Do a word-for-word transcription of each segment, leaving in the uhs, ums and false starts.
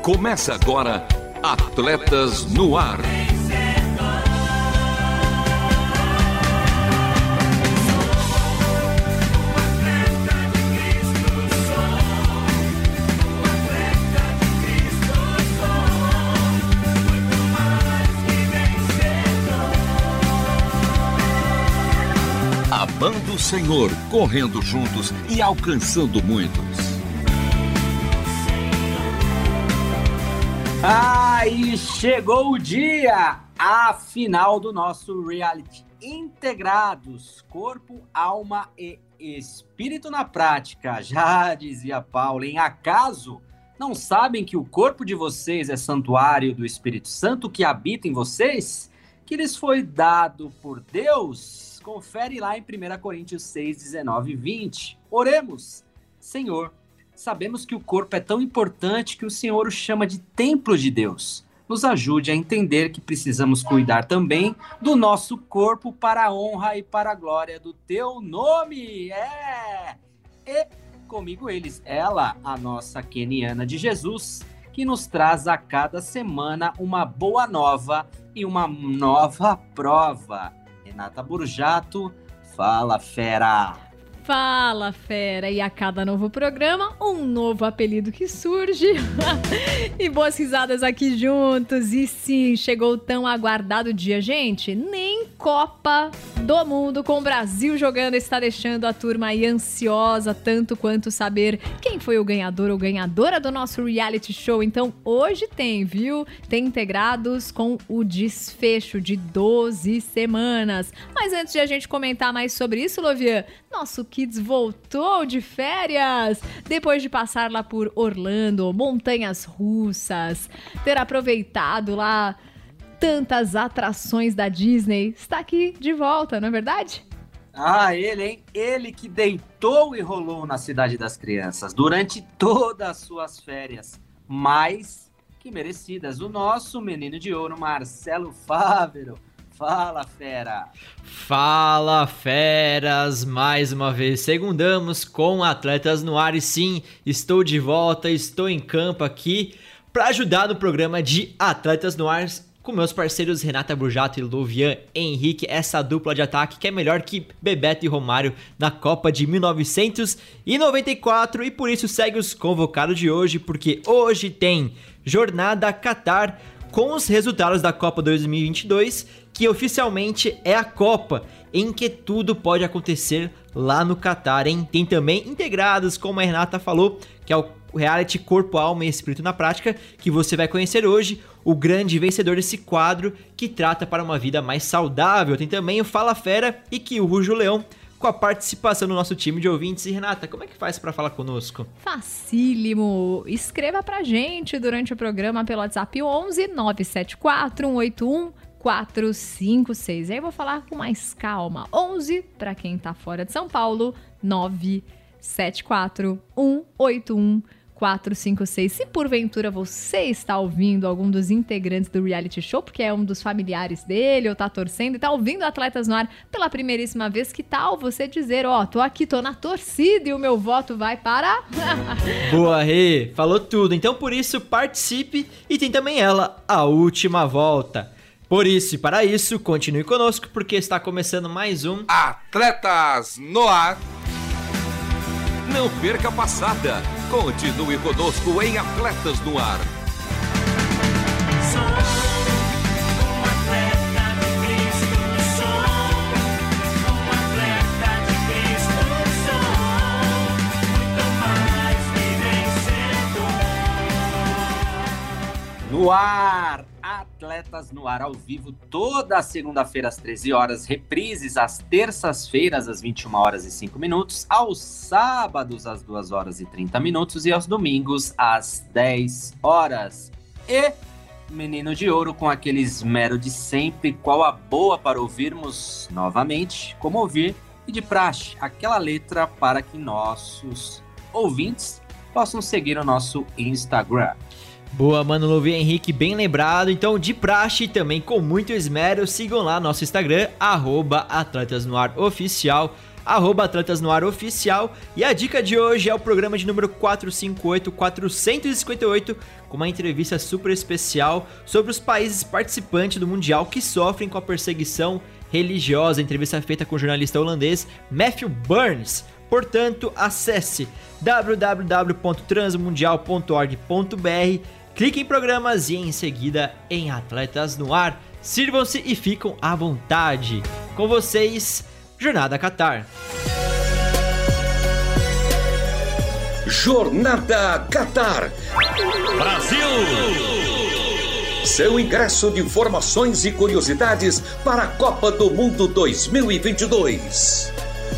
Começa agora Atletas no Ar. Amando o Senhor, correndo juntos e alcançando muitos. Aí chegou o dia, a final do nosso reality Integrados, corpo, alma e espírito na prática. Já dizia Paulo, em acaso não sabem que o corpo de vocês é santuário do Espírito Santo que habita em vocês? Que lhes foi dado por Deus? Confere lá em primeira Coríntios seis, dezenove e vinte. Oremos. Senhor, sabemos que o corpo é tão importante que o Senhor o chama de templo de Deus. Nos ajude a entender que precisamos cuidar também do nosso corpo para a honra e para a glória do teu nome. É! E comigo eles, ela, a nossa keniana de Jesus, que nos traz a cada semana uma boa nova e uma nova prova. Renata Burjato, fala fera! Fala, fera! E a cada novo programa, um novo apelido que surge. E boas risadas aqui juntos. E sim, chegou o tão aguardado dia, gente. Nem Copa do Mundo com o Brasil jogando está deixando a turma aí ansiosa, tanto quanto saber quem foi o ganhador ou ganhadora do nosso reality show. Então, hoje tem, viu? Tem Integrados com o desfecho de doze semanas. Mas antes de a gente comentar mais sobre isso, Lovian, nosso Kids voltou de férias, depois de passar lá por Orlando, montanhas russas, ter aproveitado lá tantas atrações da Disney, está aqui de volta, não é verdade? Ah, ele, hein? Ele que deitou e rolou na Cidade das Crianças durante todas as suas férias, mais que merecidas. O nosso menino de ouro, Marcelo Fávero. Fala, fera! Fala, feras! Mais uma vez, segundamos com Atletas no Ar e sim, estou de volta, estou em campo aqui para ajudar no programa de Atletas no Ar com meus parceiros Renata Burjato e Lovian Henrique, essa dupla de ataque que é melhor que Bebeto e Romário na Copa de mil novecentos e noventa e quatro, e por isso segue os convocados de hoje, porque hoje tem Jornada Qatar com os resultados da Copa dois mil e vinte e dois, que oficialmente é a Copa em que tudo pode acontecer lá no Qatar, hein? Tem também Integrados, como a Renata falou, que é o reality Corpo, Alma e Espírito na Prática, que você vai conhecer hoje, o grande vencedor desse quadro que trata para uma vida mais saudável. Tem também o Fala Fera e que o Rujo Leão, com a participação do nosso time de ouvintes. E Renata, como é que faz para falar conosco? Facílimo! Escreva pra gente durante o programa pelo WhatsApp onze nove sete quatro um oito um quatro cinco seis. Aí eu vou falar com mais calma. onze para quem tá fora de São Paulo, nove sete quatro um oito um quatro cinco seis. Se porventura você está ouvindo algum dos integrantes do reality show, porque é um dos familiares dele, ou tá torcendo e tá ouvindo Atletas no Ar pela primeiríssima vez, que tal você dizer, ó, oh, tô aqui, tô na torcida e o meu voto vai para... Boa, Rê! Falou tudo. Então, por isso, participe, e tem também ela, a última volta. Por isso e para isso, continue conosco, porque está começando mais um Atletas no Ar. Não perca a passada. Continue conosco em Atletas no Ar. No ar, Atletas no Ar ao vivo, toda segunda-feira às treze horas, reprises às terças-feiras às vinte e uma horas e cinco minutos, aos sábados às duas horas e trinta minutos e aos domingos às dez horas. E Menino de Ouro com aquele esmero de sempre, qual a boa para ouvirmos novamente, como ouvir, e de praxe, aquela letra para que nossos ouvintes possam seguir o nosso Instagram. Boa, mano, Lovian Henrique, bem lembrado. Então, de praxe, também com muito esmero, sigam lá nosso Instagram, arroba Atletas no Ar Oficial. arroba Atletas no Ar Oficial. E a dica de hoje é o programa de número quatrocentos e cinquenta e oito, quatrocentos e cinquenta e oito, com uma entrevista super especial sobre os países participantes do Mundial que sofrem com a perseguição religiosa. A entrevista feita com o jornalista holandês Matthew Burns. Portanto, acesse w w w ponto transmundial ponto org ponto b r, clique em programas e em seguida em Atletas no Ar. Sirvam-se e ficam à vontade. Com vocês, Jornada Qatar. Jornada Qatar. Brasil! Seu ingresso de informações e curiosidades para a Copa do Mundo dois mil e vinte e dois.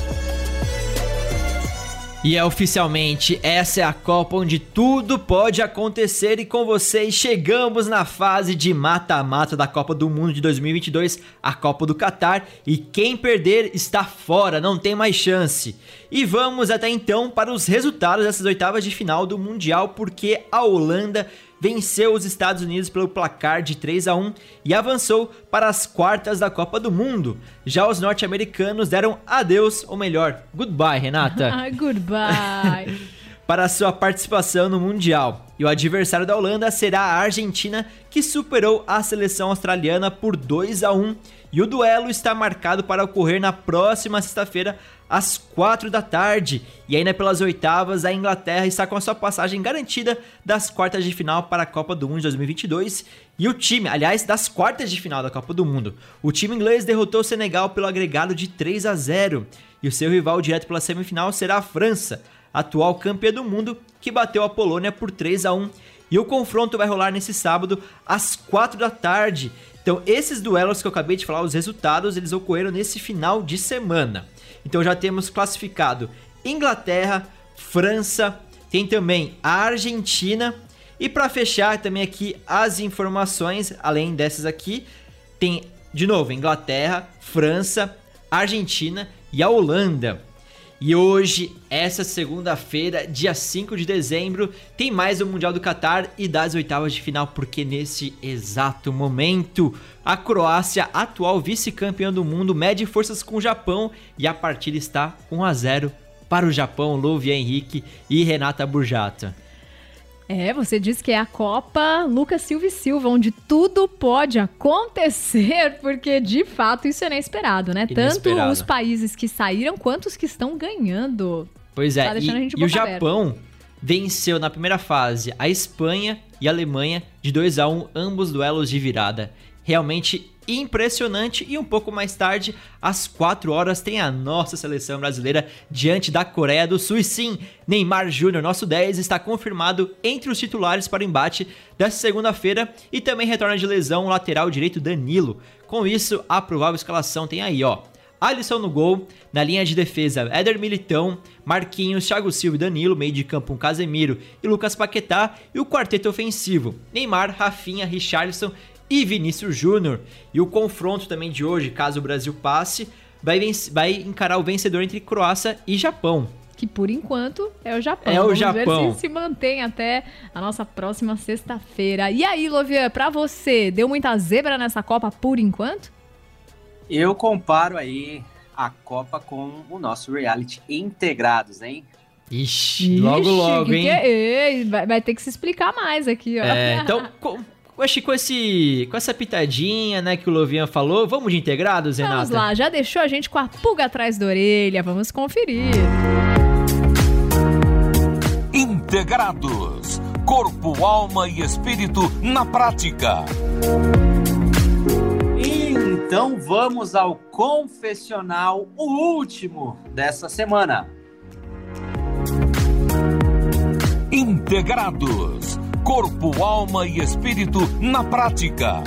E é oficialmente, essa é a Copa onde tudo pode acontecer, e com vocês chegamos na fase de mata-mata da Copa do Mundo de dois mil e vinte e dois, a Copa do Qatar, e quem perder está fora, não tem mais chance. E vamos até então para os resultados dessas oitavas de final do Mundial, porque a Holanda venceu os Estados Unidos pelo placar de três a um e avançou para as quartas da Copa do Mundo. Já os norte-americanos deram adeus, ou melhor, goodbye, Renata. Goodbye. Para a sua participação no Mundial. E o adversário da Holanda será a Argentina, que superou a seleção australiana por dois a um. E o duelo está marcado para ocorrer na próxima sexta-feira, às quatro da tarde. E ainda pelas oitavas, a Inglaterra está com a sua passagem garantida das quartas de final para a Copa do Mundo de dois mil e vinte e dois. E o time, aliás, das quartas de final da Copa do Mundo. O time inglês derrotou o Senegal pelo agregado de três a zero. E o seu rival direto pela semifinal será a França, atual campeã do mundo, que bateu a Polônia por três a um. E o confronto vai rolar nesse sábado, às quatro da tarde. Então, esses duelos que eu acabei de falar, os resultados, eles ocorreram nesse final de semana. Então, já temos classificado Inglaterra, França, tem também a Argentina. E para fechar também aqui as informações, além dessas aqui, tem, de novo, Inglaterra, França, Argentina e a Holanda. E hoje, essa segunda-feira, dia cinco de dezembro, tem mais o Mundial do Qatar e das oitavas de final, porque nesse exato momento, a Croácia, atual vice-campeã do mundo, mede forças com o Japão e a partida está um a zero para o Japão, Luvia Henrique e Renata Burjato. É, você disse que é a Copa Lucas Silva e Silva, onde tudo pode acontecer, porque de fato isso é inesperado, né? Inesperado. Tanto os países que saíram, quanto os que estão ganhando. Pois é, tá e, e o Japão aberta. Venceu na primeira fase a Espanha e a Alemanha de dois a um, ambos duelos de virada. Realmente impressionante. E um pouco mais tarde, às quatro horas, tem a nossa seleção brasileira diante da Coreia do Sul. E sim, Neymar Júnior, nosso dez, está confirmado entre os titulares para o embate dessa segunda-feira. E também retorna de lesão o lateral direito Danilo. Com isso, a provável escalação tem aí, ó: Alisson no gol, na linha de defesa Éder Militão, Marquinhos, Thiago Silva e Danilo, meio de campo um Casemiro e Lucas Paquetá, e o quarteto ofensivo Neymar, Rafinha, Richarlison e Vinícius Júnior. E o confronto também de hoje, caso o Brasil passe, vai, vencer, vai encarar o vencedor entre Croácia e Japão. Que por enquanto é o Japão. É o Vamos Japão. ver se se mantém até a nossa próxima sexta-feira. E aí, Lovian, pra você, deu muita zebra nessa Copa por enquanto? Eu comparo aí a Copa com o nosso reality Integrados, hein? Ixi, logo logo, que hein? Que é? Ei, vai, vai ter que se explicar mais aqui, ó. É, então, com, acho que com, esse, com essa pitadinha, né, que o Lovian falou, vamos de Integrados, Renata? Vamos lá, já deixou a gente com a pulga atrás da orelha, vamos conferir. Integrados, corpo, alma e espírito na prática. Então vamos ao confessional, o último dessa semana. Integrados, corpo, alma e espírito na prática.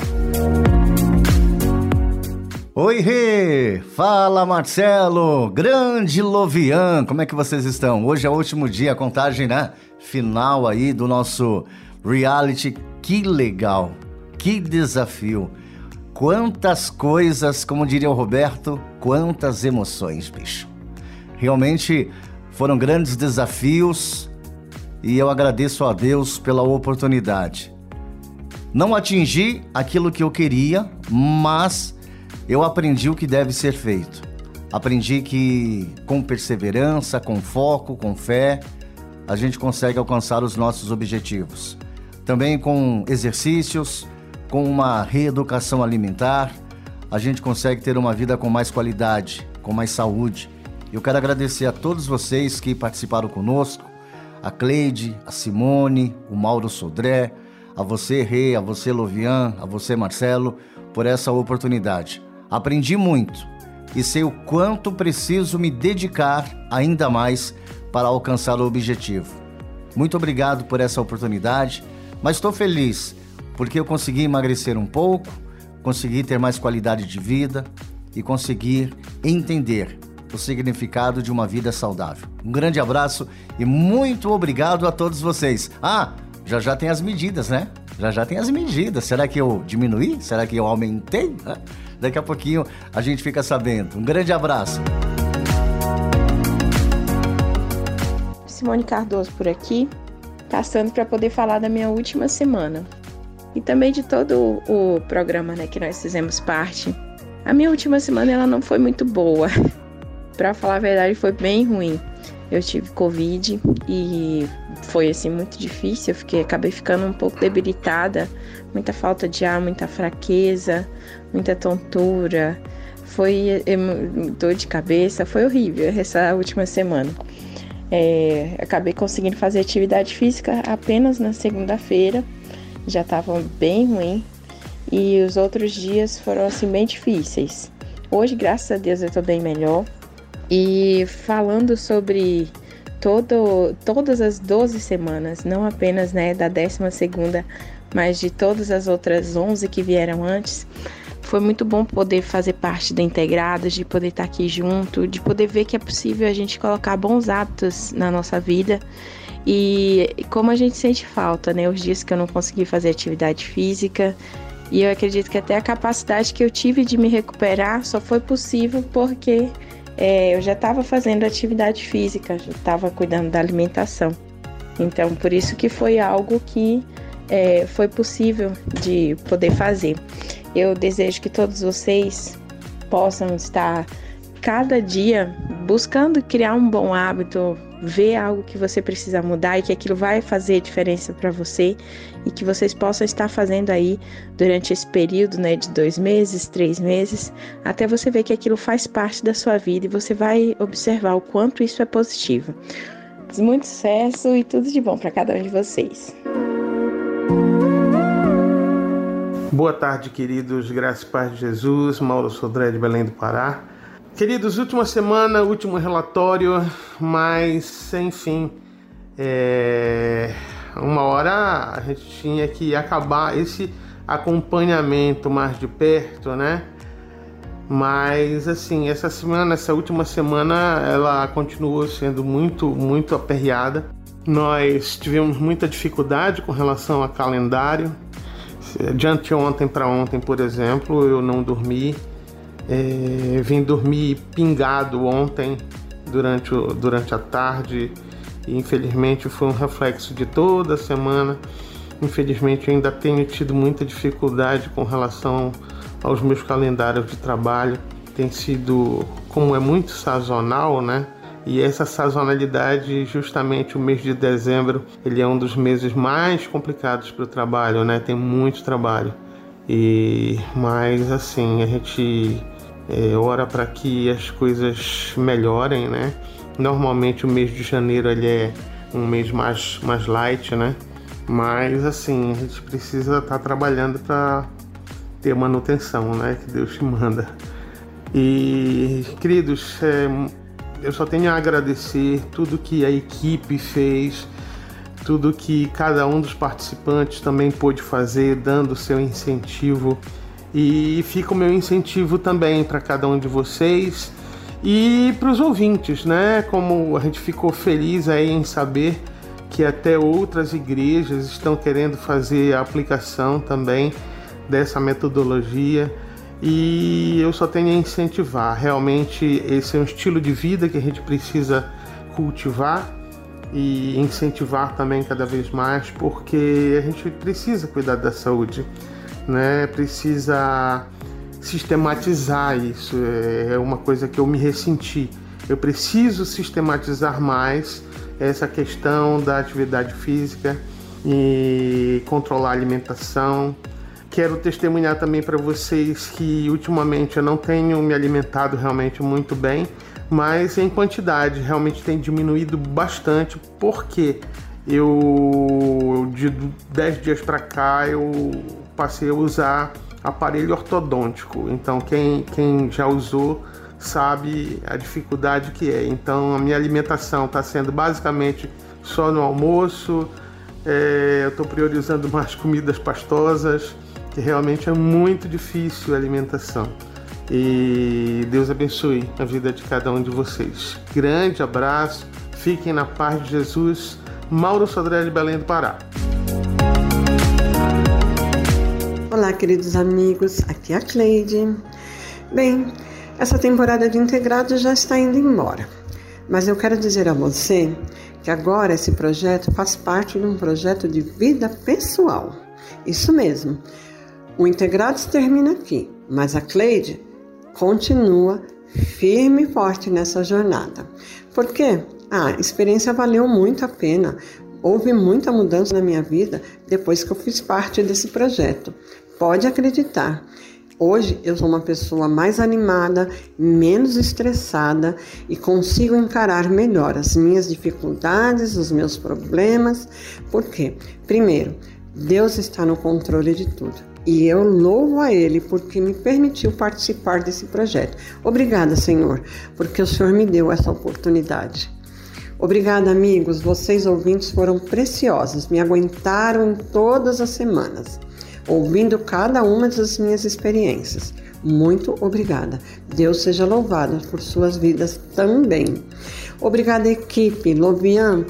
Oi, Rê! Fala, Marcelo! Grande Lovian! Como é que vocês estão? Hoje é o último dia, a contagem, né? Final aí do nosso reality. Que legal! Que desafio! Quantas coisas, como diria o Roberto, quantas emoções, bicho. Realmente foram grandes desafios e eu agradeço a Deus pela oportunidade. Não atingi aquilo que eu queria, mas eu aprendi o que deve ser feito. Aprendi que com perseverança, com foco, com fé, a gente consegue alcançar os nossos objetivos. Também com exercícios, com uma reeducação alimentar, a gente consegue ter uma vida com mais qualidade, com mais saúde. Eu quero agradecer a todos vocês que participaram conosco, a Cleide, a Simone, o Mauro Sodré, a você, Rê, a você, Lovian, a você, Marcelo, por essa oportunidade. Aprendi muito e sei o quanto preciso me dedicar ainda mais para alcançar o objetivo. Muito obrigado por essa oportunidade, mas estou feliz porque eu consegui emagrecer um pouco, consegui ter mais qualidade de vida e conseguir entender o significado de uma vida saudável. Um grande abraço e muito obrigado a todos vocês. Ah, já já tem as medidas, né? Já já tem as medidas. Será que eu diminuí? Será que eu aumentei? Daqui a pouquinho a gente fica sabendo. Um grande abraço. Simone Cardoso por aqui, passando para poder falar da minha última semana. E também de todo o programa, né, que nós fizemos parte. A minha última semana ela não foi muito boa. Para falar a verdade, foi bem ruim. Eu tive Covid e foi assim muito difícil. Eu fiquei, acabei ficando um pouco debilitada, muita falta de ar, muita fraqueza, muita tontura. Foi dor de cabeça, foi horrível essa última semana. É, acabei conseguindo fazer atividade física apenas na segunda-feira, já estava bem ruim. E os outros dias foram assim bem difíceis. Hoje, graças a Deus, eu estou bem melhor. E falando sobre todo, todas as doze semanas, não apenas, né, da décima segunda, mas de todas as outras onze que vieram antes, foi muito bom poder fazer parte da Integrados, de poder estar aqui junto, de poder ver que é possível a gente colocar bons hábitos na nossa vida. E como a gente sente falta, né, os dias que eu não consegui fazer atividade física. E eu acredito que até a capacidade que eu tive de me recuperar só foi possível porque é, eu já estava fazendo atividade física, já estava cuidando da alimentação. Então, por isso que foi algo que é, foi possível de poder fazer. Eu desejo que todos vocês possam estar cada dia buscando criar um bom hábito, ver algo que você precisa mudar e que aquilo vai fazer diferença para você e que vocês possam estar fazendo aí durante esse período, né, de dois meses, três meses, até você ver que aquilo faz parte da sua vida e você vai observar o quanto isso é positivo. Muito sucesso e tudo de bom para cada um de vocês. Boa tarde, queridos. Graças e paz de Jesus. Mauro Sodré de Belém do Pará. Queridos, última semana, último relatório, mas, enfim, é... uma hora a gente tinha que acabar esse acompanhamento mais de perto, né? Mas, assim, essa semana, essa última semana, ela continuou sendo muito, muito aperreada. Nós tivemos muita dificuldade com relação a calendário. De anteontem para ontem, por exemplo, eu não dormi. É, vim dormir pingado ontem durante, o, durante a tarde e infelizmente foi um reflexo de toda a semana. Infelizmente eu ainda tenho tido muita dificuldade com relação aos meus calendários de trabalho. Tem sido, como é muito sazonal, né? E essa sazonalidade, justamente o mês de dezembro, ele é um dos meses mais complicados para o trabalho, né? Tem muito trabalho. E, mas assim, a gente é, ora para que as coisas melhorem, né? Normalmente o mês de janeiro ele é um mês mais, mais light, né? Mas assim, a gente precisa estar trabalhando para ter manutenção, né? Que Deus te manda. E, queridos, é, eu só tenho a agradecer tudo que a equipe fez, tudo que cada um dos participantes também pôde fazer, dando seu incentivo. E fica o meu incentivo também para cada um de vocês e para os ouvintes, né? Como a gente ficou feliz aí em saber que até outras igrejas estão querendo fazer a aplicação também dessa metodologia. E eu só tenho a incentivar. Realmente esse é um estilo de vida que a gente precisa cultivar e incentivar também cada vez mais, porque a gente precisa cuidar da saúde, né? Precisa sistematizar isso. É uma coisa que eu me ressenti. Eu preciso sistematizar mais essa questão da atividade física e controlar a alimentação. Quero testemunhar também para vocês que ultimamente eu não tenho me alimentado realmente muito bem, mas em quantidade realmente tem diminuído bastante, porque eu de dez dias para cá eu passei a usar aparelho ortodôntico. Então quem, quem já usou sabe a dificuldade que é. Então a minha alimentação está sendo basicamente só no almoço. É, eu estou priorizando mais comidas pastosas, que realmente é muito difícil a alimentação. E Deus abençoe a vida de cada um de vocês. Grande abraço, fiquem na paz de Jesus. Mauro Sodré de Belém do Pará. Olá, queridos amigos, aqui é a Cleide. Bem, essa temporada de integrados já está indo embora, mas eu quero dizer a você que agora esse projeto faz parte de um projeto de vida pessoal. Isso mesmo, o Integrados termina aqui, mas a Cleide continua firme e forte nessa jornada. Por quê? Ah, a experiência valeu muito a pena. Houve muita mudança na minha vida depois que eu fiz parte desse projeto. Pode acreditar. Hoje eu sou uma pessoa mais animada, menos estressada e consigo encarar melhor as minhas dificuldades, os meus problemas. Por quê? Primeiro, Deus está no controle de tudo. E eu louvo a Ele porque me permitiu participar desse projeto. Obrigada, Senhor, porque o Senhor me deu essa oportunidade. Obrigada, amigos. Vocês ouvintes foram preciosos. Me aguentaram em todas as semanas, ouvindo cada uma das minhas experiências. Muito obrigada. Deus seja louvado por suas vidas também. Obrigada, equipe. Lovian,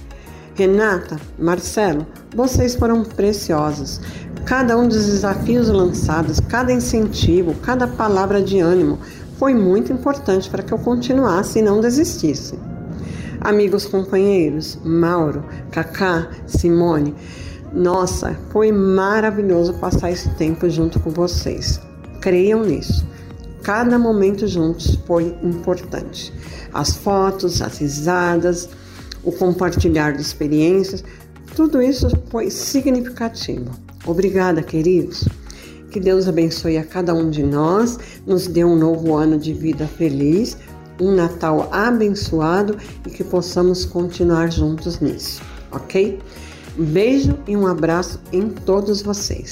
Renata, Marcelo, vocês foram preciosos. Cada um dos desafios lançados, cada incentivo, cada palavra de ânimo foi muito importante para que eu continuasse e não desistisse. Amigos companheiros, Mauro, Cacá, Simone, nossa, foi maravilhoso passar esse tempo junto com vocês. Creiam nisso. Cada momento juntos foi importante. As fotos, as risadas, o compartilhar de experiências, tudo isso foi significativo. Obrigada, queridos. Que Deus abençoe a cada um de nós, nos dê um novo ano de vida feliz, um Natal abençoado e que possamos continuar juntos nisso, ok? Um beijo e um abraço em todos vocês.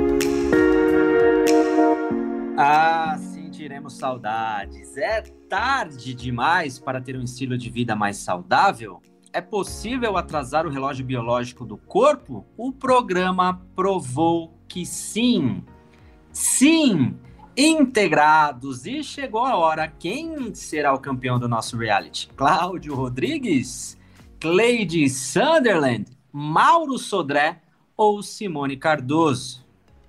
Ah, sentiremos saudades. É tarde demais para ter um estilo de vida mais saudável? É possível atrasar o relógio biológico do corpo? O programa provou que sim. Sim! Integrados! E chegou a hora. Quem será o campeão do nosso reality? Cláudio Rodrigues? Cleide Sunderland? Mauro Sodré ou Simone Cardoso?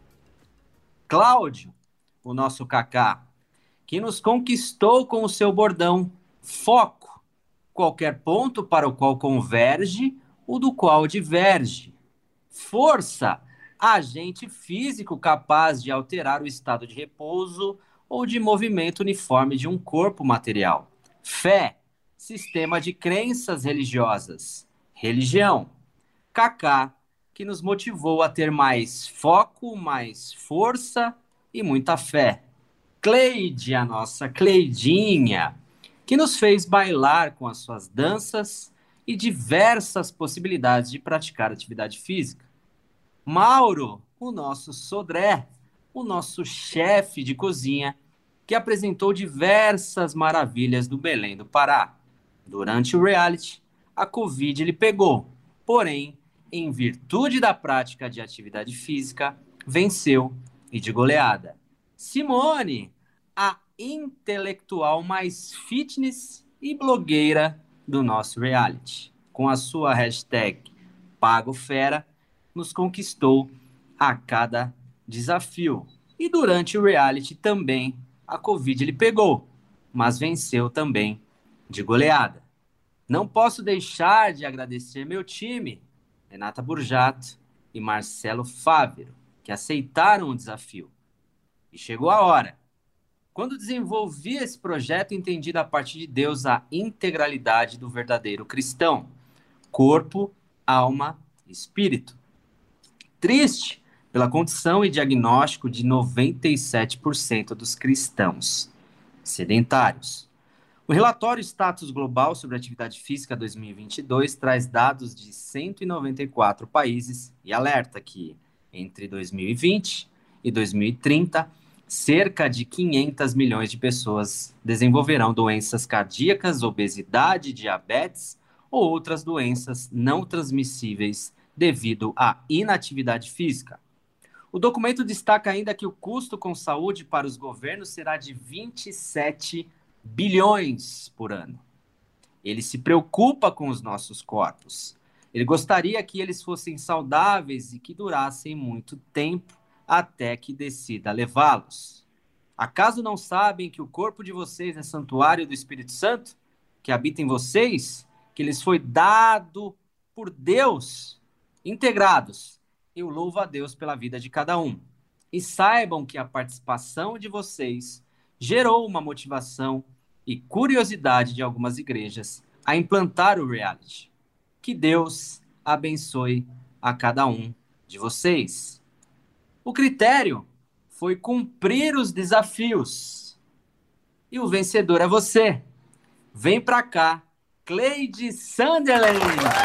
Cláudio, o nosso Cacá, que nos conquistou com o seu bordão foco, qualquer ponto para o qual converge, o do qual diverge. Força, agente físico capaz de alterar o estado de repouso ou de movimento uniforme de um corpo material. Fé, sistema de crenças religiosas. Religião, Cacá, que nos motivou a ter mais foco, mais força e muita fé. Cleide, a nossa Cleidinha, que nos fez bailar com as suas danças e diversas possibilidades de praticar atividade física. Mauro, o nosso Sodré, o nosso chefe de cozinha, que apresentou diversas maravilhas do Belém do Pará. Durante o reality, a Covid lhe pegou, porém, em virtude da prática de atividade física, venceu e de goleada. Simone, a intelectual mais fitness e blogueira do nosso reality, com a sua hashtag PagoFera, nos conquistou a cada desafio. E durante o reality também a Covid lhe pegou, mas venceu também de goleada. Não posso deixar de agradecer meu time, Renata Burjato e Marcelo Fávero, que aceitaram o desafio. E chegou a hora. Quando desenvolvi esse projeto, entendi da parte de Deus a integralidade do verdadeiro cristão. Corpo, alma, espírito. Triste pela condição e diagnóstico de noventa e sete por cento dos cristãos sedentários. O relatório Status Global sobre Atividade Física dois mil e vinte e dois traz dados de cento e noventa e quatro países e alerta que, entre dois mil e vinte e dois mil e trinta, cerca de quinhentos milhões de pessoas desenvolverão doenças cardíacas, obesidade, diabetes ou outras doenças não transmissíveis devido à inatividade física. O documento destaca ainda que o custo com saúde para os governos será de vinte e sete bilhões por ano. Ele se preocupa com os nossos corpos. Ele gostaria que eles fossem saudáveis e que durassem muito tempo até que decida levá-los. Acaso não sabem que o corpo de vocês é santuário do Espírito Santo, que habita em vocês, que lhes foi dado por Deus? Integrados, eu louvo a Deus pela vida de cada um. E saibam que a participação de vocês gerou uma motivação e curiosidade de algumas igrejas a implantar o reality. Que Deus abençoe a cada um de vocês. O critério foi cumprir os desafios. E o vencedor é você. Vem pra cá, Cleide Sunderland.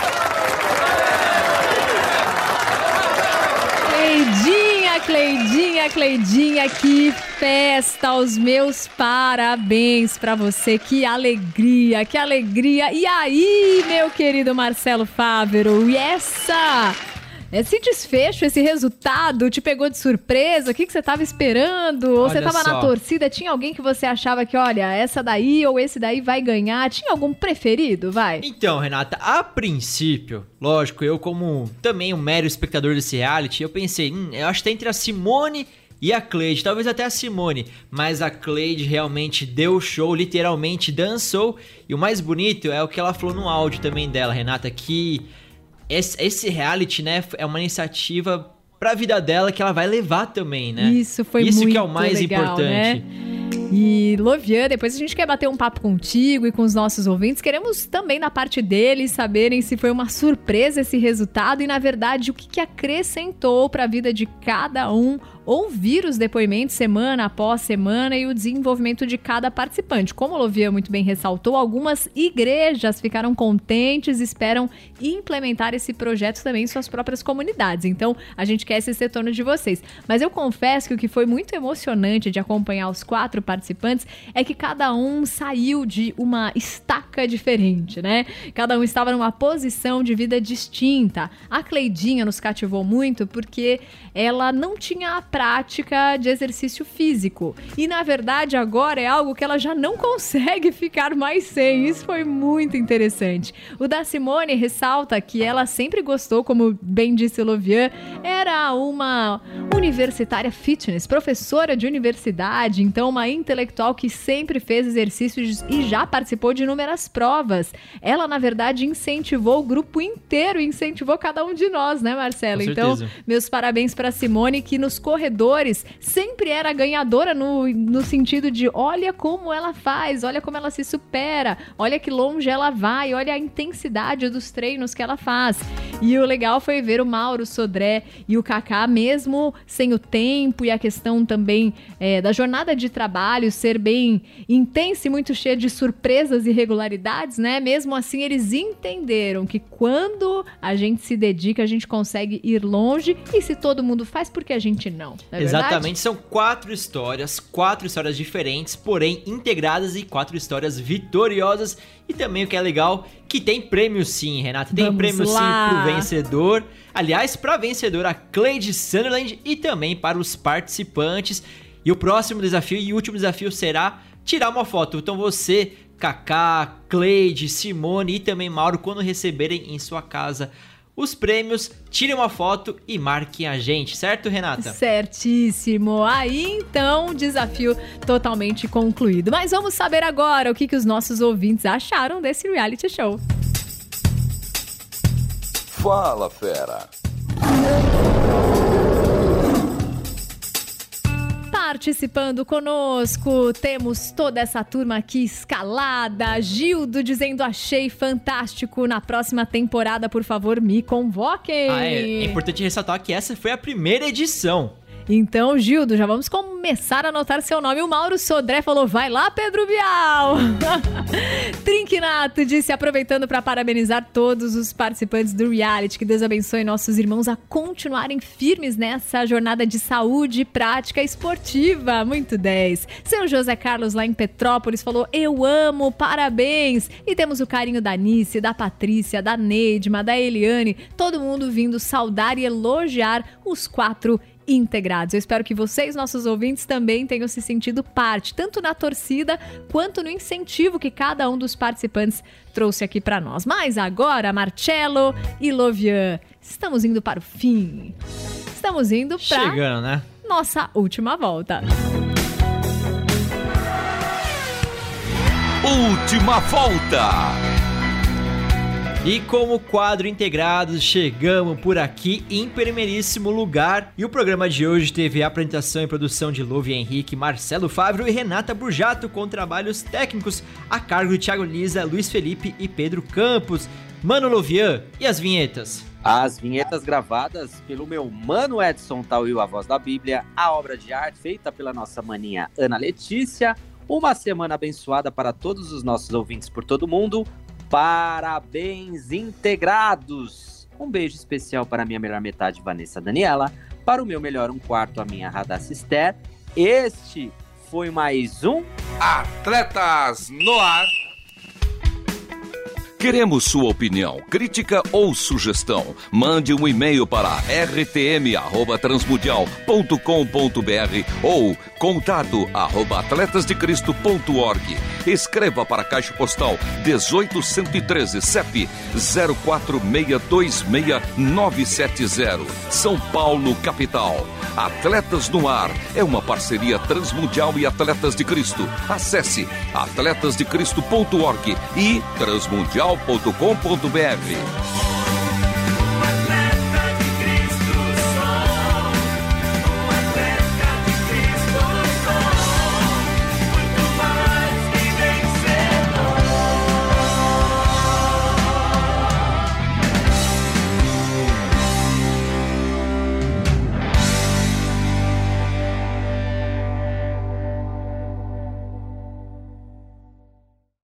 Cleidinha, Cleidinha, Cleidinha, que festa! Os meus parabéns pra você. Que alegria, que alegria. E aí, meu querido Marcelo Fávero, e essa... Esse desfecho, esse resultado, te pegou de surpresa? O que, que você estava esperando? Ou Olha você estava só. na torcida? Tinha alguém que você achava que, olha, essa daí ou esse daí vai ganhar? Tinha algum preferido? Vai. Então, Renata, a princípio, lógico, eu como também um mero espectador desse reality, eu pensei, hum, eu acho que tá entre a Simone e a Cleide, talvez até a Simone, mas a Cleide realmente deu show, literalmente dançou, e o mais bonito é o que ela falou no áudio também dela, Renata, que... Esse reality, né, é uma iniciativa pra vida dela que ela vai levar também, né? Isso foi Isso muito que é o mais legal, importante. Né? E, Lovian, depois a gente quer bater um papo contigo e com os nossos ouvintes. Queremos também, da parte deles, saberem se foi uma surpresa esse resultado e, na verdade, o que, que acrescentou para a vida de cada um, ouvir os depoimentos semana após semana e o desenvolvimento de cada participante. Como o Lovian muito bem ressaltou, algumas igrejas ficaram contentes e esperam implementar esse projeto também em suas próprias comunidades. Então, a gente quer esse retorno de vocês. Mas eu confesso que o que foi muito emocionante de acompanhar os quatro participantes é que cada um saiu de uma estaca diferente, né? Cada um estava numa posição de vida distinta. A Cleidinha nos cativou muito porque ela não tinha a prática de exercício físico. E, na verdade, agora é algo que ela já não consegue ficar mais sem. Isso foi muito interessante. O da Simone ressalta que ela sempre gostou, como bem disse o Lovian, era uma universitária fitness, professora de universidade, então uma intelectual que sempre fez exercícios e já participou de inúmeras provas. Ela, na verdade, incentivou o grupo inteiro, incentivou cada um de nós, né, Marcelo? Com então, certeza. meus parabéns para Simone, que nos corredores sempre era ganhadora no, no sentido de olha como ela faz, olha como ela se supera, olha que longe ela vai, olha a intensidade dos treinos que ela faz. E o legal foi ver o Mauro Sodré e o Kaká, mesmo sem o tempo e a questão também é, da jornada de trabalho ser bem intensa e muito cheia de surpresas e irregularidades, né? Mesmo assim, eles entenderam que quando a gente se dedica, a gente consegue ir longe, e se todo mundo faz, por que a gente não? Não é Exatamente, verdade? são quatro histórias, quatro histórias diferentes, porém integradas, e quatro histórias vitoriosas. E também o que é legal, que tem prêmio sim, Renata, tem Vamos prêmio lá. sim pro vencedor. Aliás, pra vencedora Cleide Sunderland e também para os participantes. E o próximo desafio e último desafio será tirar uma foto. Então você, Kaká, Cleide, Simone e também Mauro, quando receberem em sua casa os prêmios, tirem uma foto e marquem a gente, certo, Renata? Certíssimo. Aí, então, desafio totalmente concluído. Mas vamos saber agora o que, que os nossos ouvintes acharam desse reality show. Fala, fera! participando conosco. Temos toda essa turma aqui escalada. Gildo dizendo: achei fantástico. Na próxima temporada, por favor, me convoquem. Ah, é, é importante ressaltar que essa foi a primeira edição. Então, Gildo, já vamos começar a anotar seu nome. O Mauro Sodré falou: vai lá, Pedro Bial. Trinquinato disse, aproveitando para parabenizar todos os participantes do reality. Que Deus abençoe nossos irmãos a continuarem firmes nessa jornada de saúde e prática esportiva. Muito dez. Seu José Carlos, lá em Petrópolis, falou: eu amo, parabéns. E temos o carinho da Nice, da Patrícia, da Neidma, da Eliane. Todo mundo vindo saudar e elogiar os quatro integrados. Eu espero que vocês, nossos ouvintes, também tenham se sentido parte, tanto na torcida quanto no incentivo que cada um dos participantes trouxe aqui para nós. Mas agora, Marcelo e Lovian, estamos indo para o fim. Estamos indo para chegando, né? Nossa última volta. Última volta. E como quadro integrados, chegamos por aqui em primeiríssimo lugar. E o programa de hoje teve a apresentação e produção de Louve Henrique, Marcelo Fávero e Renata Burjato, com trabalhos técnicos a cargo de Thiago Lisa, Luiz Felipe e Pedro Campos. Mano Lovian, e as vinhetas? As vinhetas gravadas pelo meu mano Edson Tauil, a voz da Bíblia, a obra de arte feita pela nossa maninha Ana Letícia. Uma semana abençoada para todos os nossos ouvintes por todo mundo. Parabéns, integrados! Um beijo especial para a minha melhor metade, Vanessa Daniela, para o meu melhor um quarto, a minha Radassa Esther. Este foi mais um Atletas no Ar. Queremos sua opinião, crítica ou sugestão. Mande um e-mail para r t m arroba transmundial ponto com ponto b r ou contato arroba atletas de cristo ponto org. Escreva para a Caixa Postal dezoito cento e treze, C E P zero quatro seis dois seis nove sete zero, São Paulo, capital. Atletas no Ar é uma parceria Transmundial e Atletas de Cristo. Acesse atletas de cristo ponto org e transmundial ponto com ponto b r.